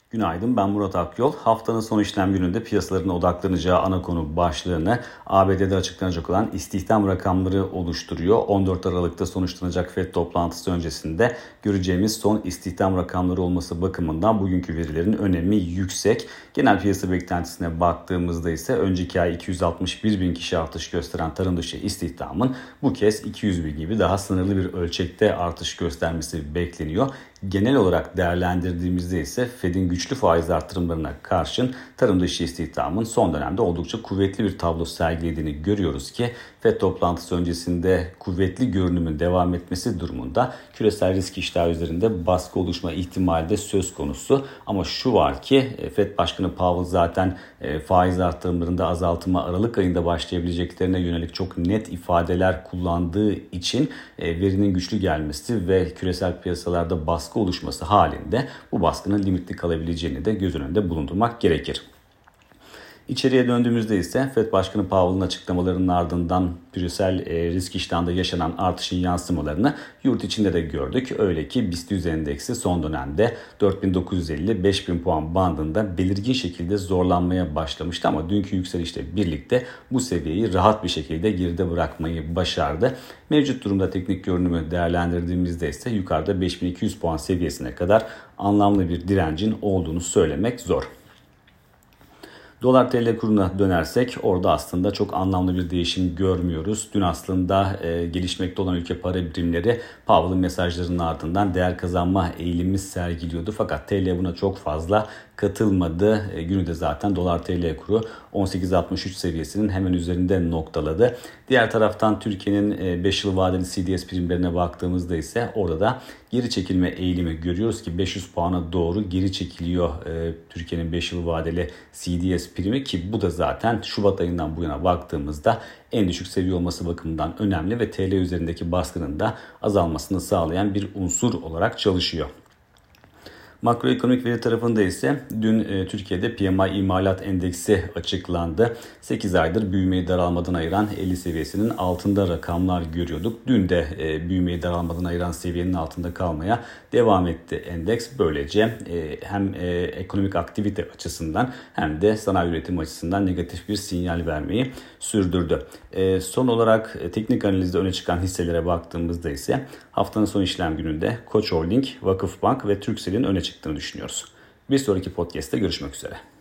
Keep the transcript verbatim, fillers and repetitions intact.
Günaydın, ben Murat Akyol. Haftanın son işlem gününde piyasaların odaklanacağı ana konu başlığını A B D'de açıklanacak olan istihdam rakamları oluşturuyor. on dört Aralık'ta sonuçlanacak Fed toplantısı öncesinde göreceğimiz son istihdam rakamları olması bakımından bugünkü verilerin önemi yüksek. Genel piyasa beklentisine baktığımızda ise önceki ay iki yüz altmış bir bin kişi artış gösteren tarım dışı istihdamın bu kez iki yüz bin gibi daha sınırlı bir ölçekte artış göstermesi bekleniyor. Genel olarak değerlendirdiğimizde ise Fed'in güçlü faiz artırımlarına karşın tarım dışı istihdamın son dönemde oldukça kuvvetli bir tablo sergilediğini görüyoruz ki Fed toplantısı öncesinde kuvvetli görünümün devam etmesi durumunda küresel risk iştahı üzerinde baskı oluşma ihtimali de söz konusu. Ama şu var ki Fed Başkanı Powell zaten faiz artırımlarında azaltıma Aralık ayında başlayabileceklerine yönelik çok net ifadeler kullandığı için verinin güçlü gelmesi ve küresel piyasalarda baskı oluşması halinde bu baskının limitli kalabileceğini de göz önünde bulundurmak gerekir. İçeriye döndüğümüzde ise Fed Başkanı Powell'ın açıklamalarının ardından küresel risk iştahında yaşanan artışın yansımalarını yurt içinde de gördük. Öyle ki BIST yüz endeksi son dönemde dört bin dokuz yüz elli beş bin puan bandında belirgin şekilde zorlanmaya başlamıştı ama dünkü yükselişle birlikte bu seviyeyi rahat bir şekilde geride bırakmayı başardı. Mevcut durumda teknik görünümü değerlendirdiğimizde ise yukarıda beş bin iki yüz puan seviyesine kadar anlamlı bir direncin olduğunu söylemek zor. Dolar T L kuruna dönersek orada aslında çok anlamlı bir değişim görmüyoruz. Dün aslında e, gelişmekte olan ülke para birimleri Powell'ın mesajlarının ardından değer kazanma eğilimi sergiliyordu. Fakat T L buna çok fazla katılmadı. E, günü de zaten dolar T L kuru on sekiz altmış üç seviyesinin hemen üzerinde noktaladı. Diğer taraftan Türkiye'nin beş yıl vadeli C D S primlerine baktığımızda ise orada da geri çekilme eğilimi görüyoruz ki beş yüz puana doğru geri çekiliyor e, Türkiye'nin beş yıl vadeli C D S primi ki bu da zaten Şubat ayından bu yana baktığımızda en düşük seviye olması bakımından önemli ve T L üzerindeki baskının da azalmasını sağlayan bir unsur olarak çalışıyor. Makroekonomik veri tarafında ise dün e, Türkiye'de P M I imalat endeksi açıklandı. sekiz aydır büyümeyi daralmadan ayıran elli seviyesinin altında rakamlar görüyorduk. Dün de e, büyümeyi daralmadan ayıran seviyenin altında kalmaya devam etti endeks. Böylece e, hem e, ekonomik aktivite açısından hem de sanayi üretim açısından negatif bir sinyal vermeyi sürdürdü. E, son olarak e, teknik analizde öne çıkan hisselere baktığımızda ise haftanın son işlem gününde Koç Holding, Vakıfbank ve Turkcell'in öne çıktığını düşünüyoruz. Bir sonraki podcast'te görüşmek üzere.